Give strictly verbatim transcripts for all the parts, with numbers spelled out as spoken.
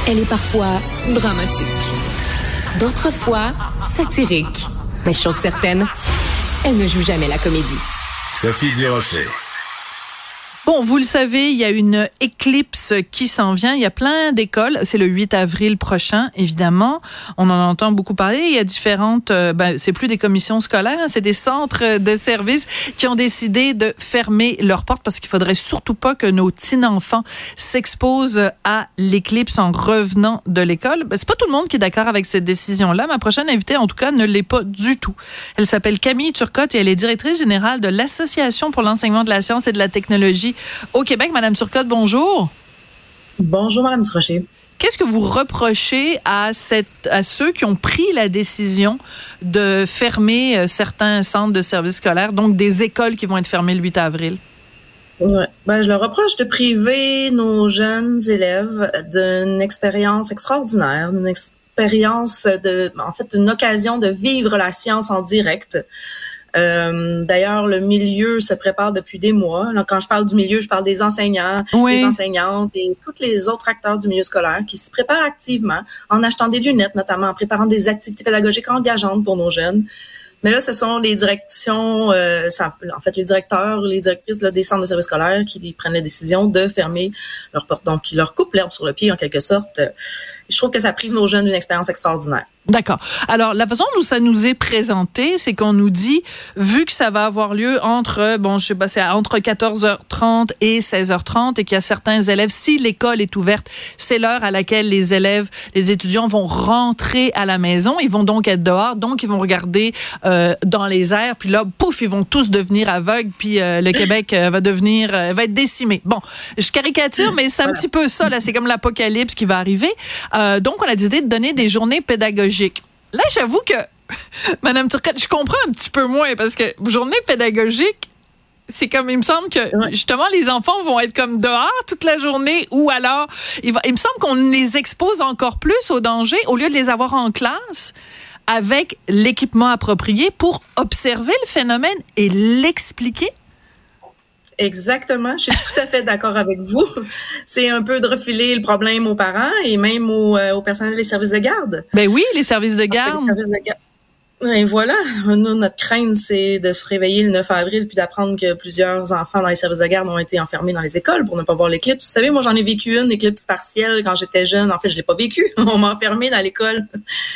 Elle est parfois dramatique, d'autres fois satirique. Mais chose certaine, elle ne joue jamais la comédie. Sophie Durocher. Bon, vous le savez, il y a une éclipse qui s'en vient. Il y a plein d'écoles. C'est le huit avril prochain, évidemment. On en entend beaucoup parler. Il y a différentes... Euh, ben, c'est plus des commissions scolaires, hein, c'est des centres de services qui ont décidé de fermer leurs portes parce qu'il faudrait surtout pas que nos petits-enfants s'exposent à l'éclipse en revenant de l'école. Ben, c'est pas tout le monde qui est d'accord avec cette décision-là. Ma prochaine invitée, en tout cas, ne l'est pas du tout. Elle s'appelle Camille Turcotte et elle est directrice générale de l'Association pour l'enseignement de la science et de la technologie au Québec. Madame Turcotte, bonjour. Bonjour, Madame Durocher. Qu'est-ce que vous reprochez à, cette, à ceux qui ont pris la décision de fermer euh, certains centres de services scolaires, donc des écoles qui vont être fermées le huit avril? Ouais. Ben, je leur reproche de priver nos jeunes élèves d'une expérience extraordinaire, d'une expérience de, en fait, une occasion de vivre la science en direct. Euh, d'ailleurs, le milieu se prépare depuis des mois. Alors, quand je parle du milieu, je parle des enseignants, oui. des enseignantes et tous les autres acteurs du milieu scolaire qui se préparent activement en achetant des lunettes, notamment en préparant des activités pédagogiques engageantes pour nos jeunes. Mais là, ce sont les directions, euh, ça, en fait, les directeurs, les directrices là, des centres de services scolaires qui prennent la décision de fermer leurs portes. Donc, qui leur coupent l'herbe sur le pied, en quelque sorte. Je trouve que ça prive nos jeunes d'une expérience extraordinaire. D'accord. Alors, la façon dont ça nous est présenté, c'est qu'on nous dit, vu que ça va avoir lieu entre, bon, je sais pas, c'est entre quatorze heures trente et seize heures trente et qu'il y a certains élèves, si l'école est ouverte, c'est l'heure à laquelle les élèves, les étudiants vont rentrer à la maison. Ils vont donc être dehors, donc ils vont regarder euh, dans les airs, puis là, pouf, ils vont tous devenir aveugles, puis euh, le Québec euh, va devenir, euh, va être décimé. Bon, je caricature, mais c'est un voilà. petit peu ça, là. C'est comme l'apocalypse qui va arriver. Euh, donc, on a décidé de donner des journées pédagogiques. Là, j'avoue que, Madame Turcotte, je comprends un petit peu moins parce que journée pédagogique, c'est comme, il me semble que, justement, les enfants vont être comme dehors toute la journée ou alors, il, va, il me semble qu'on les expose encore plus au danger au lieu de les avoir en classe avec l'équipement approprié pour observer le phénomène et l'expliquer. Exactement, je suis tout à fait d'accord avec vous. C'est un peu de refiler le problème aux parents et même au, euh, au personnel des services de garde. Ben oui, les services de garde. Les services de garde. Et voilà, nous, notre crainte, c'est de se réveiller le neuf avril puis d'apprendre que plusieurs enfants dans les services de garde ont été enfermés dans les écoles pour ne pas voir l'éclipse. Vous savez, moi, j'en ai vécu une éclipse partielle quand j'étais jeune. En fait, je l'ai pas vécu. On m'a enfermé dans l'école.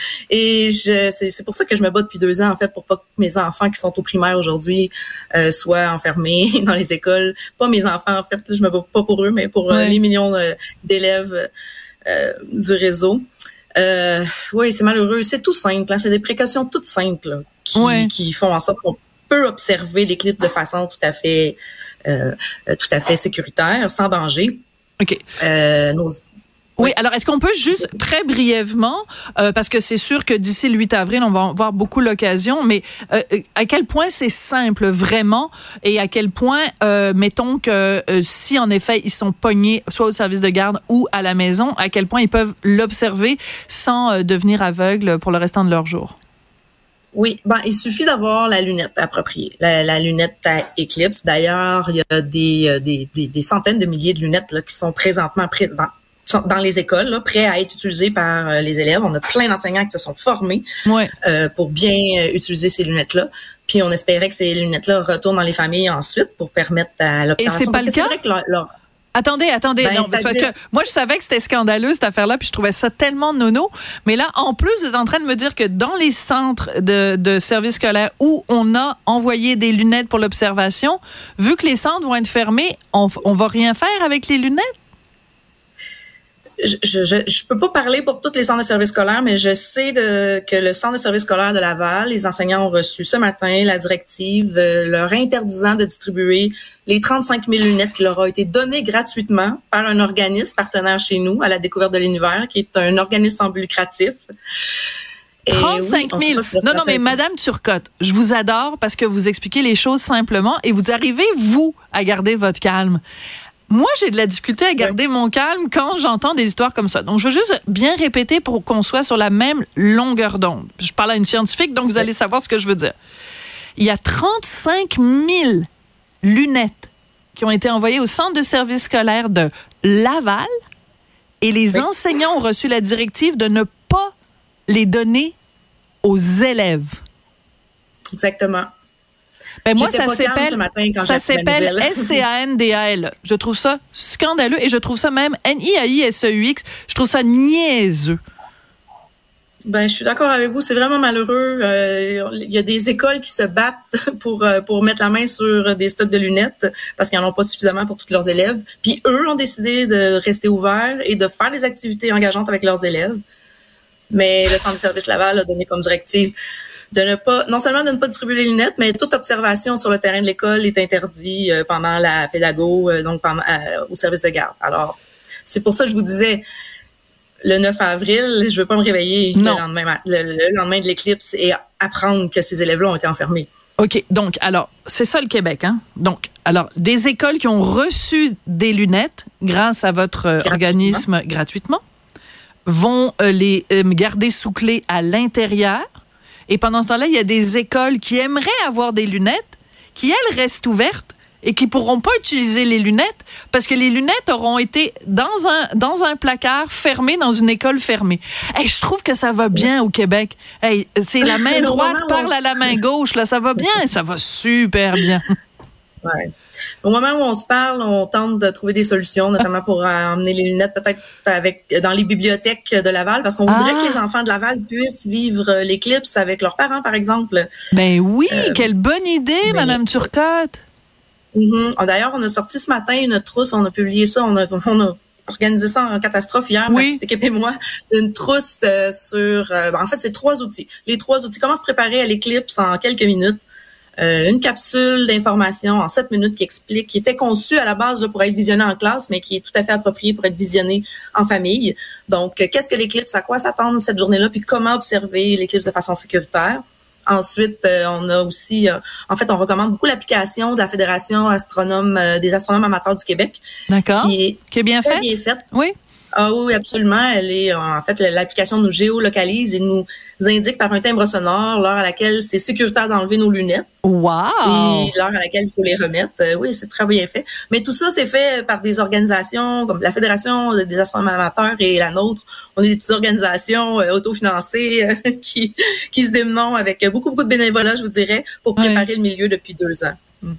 Et je, c'est, c'est pour ça que je me bats depuis deux ans, en fait, pour pas que mes enfants qui sont au primaire aujourd'hui euh, soient enfermés dans les écoles. Pas mes enfants, en fait, je me bats pas pour eux, mais pour euh, ouais. les millions euh, d'élèves euh, du réseau. Euh, oui, c'est malheureux. C'est tout simple. Hein? C'est des précautions toutes simples là, qui, ouais. qui font en sorte qu'on peut observer l'éclipse de façon tout à fait, euh, tout à fait sécuritaire, sans danger. Ok. Euh, nos... Oui, alors est-ce qu'on peut juste très brièvement, euh, parce que c'est sûr que d'ici le huit avril, on va avoir beaucoup l'occasion, mais euh, à quel point c'est simple vraiment et à quel point, euh, mettons que euh, si en effet ils sont pognés soit au service de garde ou à la maison, à quel point ils peuvent l'observer sans euh, devenir aveugles pour le restant de leur jour? Oui, ben il suffit d'avoir la lunette appropriée, la, la lunette à éclipse. D'ailleurs, il y a des, des, des, des centaines de milliers de lunettes là, qui sont présentement présentes dans les écoles, là, prêts à être utilisés par euh, les élèves. On a plein d'enseignants qui se sont formés ouais. euh, pour bien euh, utiliser ces lunettes-là. Puis on espérait que ces lunettes-là retournent dans les familles ensuite pour permettre à l'observation. Et c'est pas le cas? C'est vrai que leur, leur... Attendez, attendez, ben, non, parce que moi je savais que c'était scandaleux cette affaire-là, puis je trouvais ça tellement nono. Mais là, en plus, vous êtes en train de me dire que dans les centres de, de services scolaires où on a envoyé des lunettes pour l'observation, vu que les centres vont être fermés, on, on va rien faire avec les lunettes? Je, je, je, je peux pas parler pour tous les centres de services scolaires, mais je sais de, que le centre de services scolaires de Laval, les enseignants ont reçu ce matin la directive euh, leur interdisant de distribuer les trente-cinq mille lunettes qui leur ont été données gratuitement par un organisme partenaire chez nous, à la découverte de l'univers, qui est un organisme sans but lucratif. trente-cinq mille. Oui, non, non, mais Madame Turcotte, je vous adore parce que vous expliquez les choses simplement et vous arrivez, vous, à garder votre calme. Moi, j'ai de la difficulté à garder ouais. mon calme quand j'entends des histoires comme ça. Donc, je veux juste bien répéter pour qu'on soit sur la même longueur d'onde. Je parle à une scientifique, donc vous ouais. allez savoir ce que je veux dire. Il y a trente-cinq mille lunettes qui ont été envoyées au centre de service scolaire de Laval Et les oui. enseignants ont reçu la directive de ne pas les donner aux élèves. Exactement. Ben moi, J'étais ça pas calme s'appelle, ce matin quand ça j'ai appris la s'appelle nouvelle. S C A N D A L. Je trouve ça scandaleux et je trouve ça même N I A I S E U X. Je trouve ça niaiseux. Ben, je suis d'accord avec vous. C'est vraiment malheureux. Euh, il y a des écoles qui se battent pour euh, pour mettre la main sur des stocks de lunettes parce qu'ils n'en ont pas suffisamment pour tous leurs élèves. Puis eux ont décidé de rester ouverts et de faire des activités engageantes avec leurs élèves. Mais le Centre de service Laval a donné comme directive de ne pas, non seulement de ne pas distribuer les lunettes, mais toute observation sur le terrain de l'école est interdite euh, pendant la pédago, euh, donc pendant, euh, au service de garde. Alors, c'est pour ça que je vous disais, le neuf avril, je veux pas me réveiller le lendemain, le, le lendemain de l'éclipse et apprendre que ces élèves-là ont été enfermés. OK. Donc, alors, c'est ça le Québec, hein? Donc, alors, des écoles qui ont reçu des lunettes grâce à votre euh, organisme gratuitement vont euh, les euh, garder sous clé à l'intérieur. Et pendant ce temps-là, il y a des écoles qui aimeraient avoir des lunettes, qui, elles, restent ouvertes et qui pourront pas utiliser les lunettes parce que les lunettes auront été dans un, dans un placard fermé dans une école fermée. Hey, je trouve que ça va bien au Québec. Hey, c'est la main droite parle à la main gauche, là. Ça va bien, ça va super bien. Ouais. Au moment où on se parle, on tente de trouver des solutions, notamment pour euh, emmener les lunettes peut-être avec dans les bibliothèques de Laval, parce qu'on voudrait Ah. que les enfants de Laval puissent vivre l'éclipse avec leurs parents, par exemple. Ben oui, Euh, quelle bonne idée, ben, Madame Turcotte. Mm-hmm. D'ailleurs, on a sorti ce matin une trousse, on a publié ça, on a, on a organisé ça en catastrophe hier, Oui. ma petite équipe et moi, une trousse euh, sur... Euh, ben, en fait, c'est trois outils. Les trois outils. Comment se préparer à l'éclipse en quelques minutes. Euh, une capsule d'information en sept minutes qui explique, qui était conçue à la base là, pour être visionnée en classe, mais qui est tout à fait appropriée pour être visionnée en famille. Donc, euh, qu'est-ce que l'éclipse, à quoi s'attendre cette journée-là, puis comment observer l'éclipse de façon sécuritaire. Ensuite, euh, on a aussi, euh, en fait, on recommande beaucoup l'application de la Fédération astronome euh, des astronomes amateurs du Québec, D'accord. qui est Qui est bien très fait? bien faite. Oui. Ah oui, absolument. Elle est, en fait, l'application nous géolocalise et nous indique par un timbre sonore l'heure à laquelle c'est sécuritaire d'enlever nos lunettes. Wow! Et l'heure à laquelle il faut les remettre. Euh, oui, c'est très bien fait. Mais tout ça, c'est fait par des organisations comme la Fédération des astronomes amateurs et la nôtre. On est des petites organisations euh, autofinancées euh, qui, qui se démenent avec beaucoup, beaucoup de bénévolat, je vous dirais, pour préparer ouais. le milieu depuis deux ans. Mm.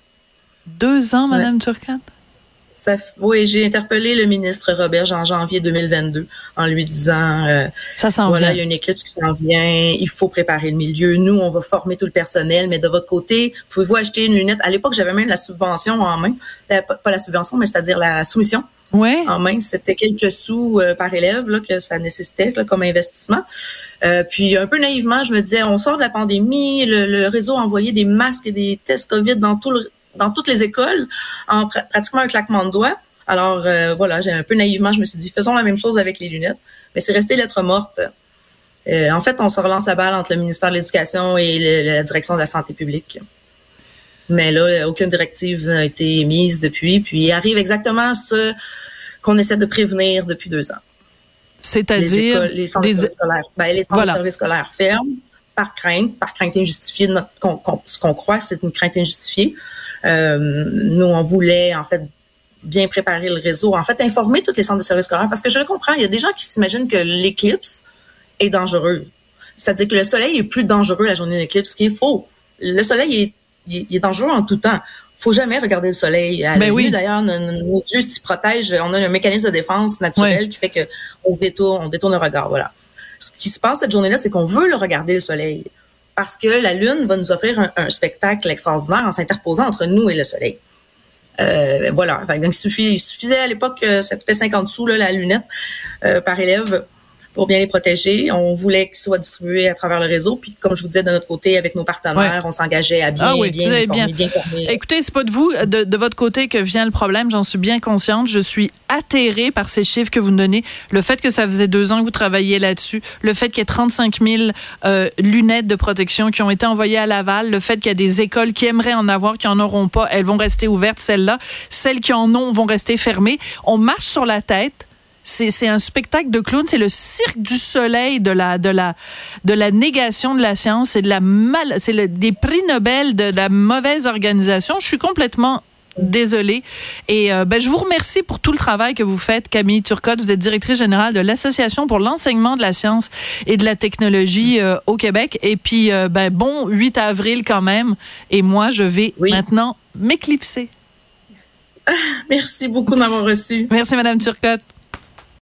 Deux ans, Madame ouais. Turcotte? Ça, oui, j'ai interpellé le ministre Roberge en janvier deux mille vingt-deux en lui disant euh, ça s'en voilà, vient. Il y a une éclipse qui s'en vient, il faut préparer le milieu. Nous, on va former tout le personnel, mais de votre côté, pouvez-vous acheter une lunette? À l'époque, j'avais même la subvention en main. Euh, pas, pas la subvention, mais c'est-à-dire la soumission ouais. en main. C'était quelques sous euh, par élève là, que ça nécessitait là, comme investissement. Euh, puis un peu naïvement, je me disais, on sort de la pandémie, le, le réseau a envoyé des masques et des tests COVID dans tout le dans toutes les écoles, en pr- pratiquement un claquement de doigts. Alors, euh, voilà, j'ai un peu naïvement, je me suis dit, faisons la même chose avec les lunettes. Mais c'est resté lettre morte. Euh, en fait, on se relance la balle entre le ministère de l'Éducation et le, la direction de la santé publique. Mais là, aucune directive n'a été émise depuis. Puis, il arrive exactement ce qu'on essaie de prévenir depuis deux ans. C'est-à-dire? Les, écoles, les centres des... de services scolaires. Ben, les centres voilà. de services scolaires ferment par crainte, par crainte injustifiée. De notre, qu'on, qu'on, ce qu'on croit, c'est une crainte injustifiée. Euh, nous, on voulait, en fait, bien préparer le réseau, en fait, informer tous les centres de services scolaires, parce que je le comprends, il y a des gens qui s'imaginent que l'éclipse est dangereux. C'est-à-dire que le soleil est plus dangereux la journée de l'éclipse, ce qui est faux. Le soleil est, il est dangereux en tout temps. Faut jamais regarder le soleil. À ben oui. D'ailleurs, nos, nos yeux s'y protègent. On a un mécanisme de défense naturel oui. qui fait que on se détourne, on détourne le regard. Voilà. Ce qui se passe cette journée-là, c'est qu'on veut le regarder le soleil. Parce que la Lune va nous offrir un, un spectacle extraordinaire en s'interposant entre nous et le Soleil. Euh, voilà. Enfin, donc, il, suffit, il suffisait à l'époque, ça coûtait cinquante sous là, la lunette euh, par élève pour bien les protéger. On voulait qu'ils soient distribués à travers le réseau. Puis, comme je vous disais, de notre côté, avec nos partenaires, ouais. on s'engageait à bien, ah oui, bien, vous avez informer, bien. bien former. Écoutez, c'est pas de vous, de, de votre côté que vient le problème. J'en suis bien consciente. Je suis atterrée par ces chiffres que vous me donnez. Le fait que ça faisait deux ans que vous travailliez là-dessus. Le fait qu'il y ait trente-cinq mille euh, lunettes de protection qui ont été envoyées à Laval. Le fait qu'il y a des écoles qui aimeraient en avoir, qui en auront pas. Elles vont rester ouvertes, celles-là. Celles qui en ont vont rester fermées. On marche sur la tête. C'est, c'est un spectacle de clown, c'est le cirque du soleil de la de la de la négation de la science, c'est de la mal, c'est le, des prix Nobel de, de la mauvaise organisation. Je suis complètement Désolée. Et euh, ben, je vous remercie pour tout le travail que vous faites, Camille Turcotte. Vous êtes directrice générale de l'Association pour l'enseignement de la science et de la technologie euh, au Québec. Et puis, euh, ben, bon huit avril quand même. Et moi, je vais oui. maintenant m'éclipser. Merci beaucoup de m'avoir reçu. Merci, Madame Turcotte.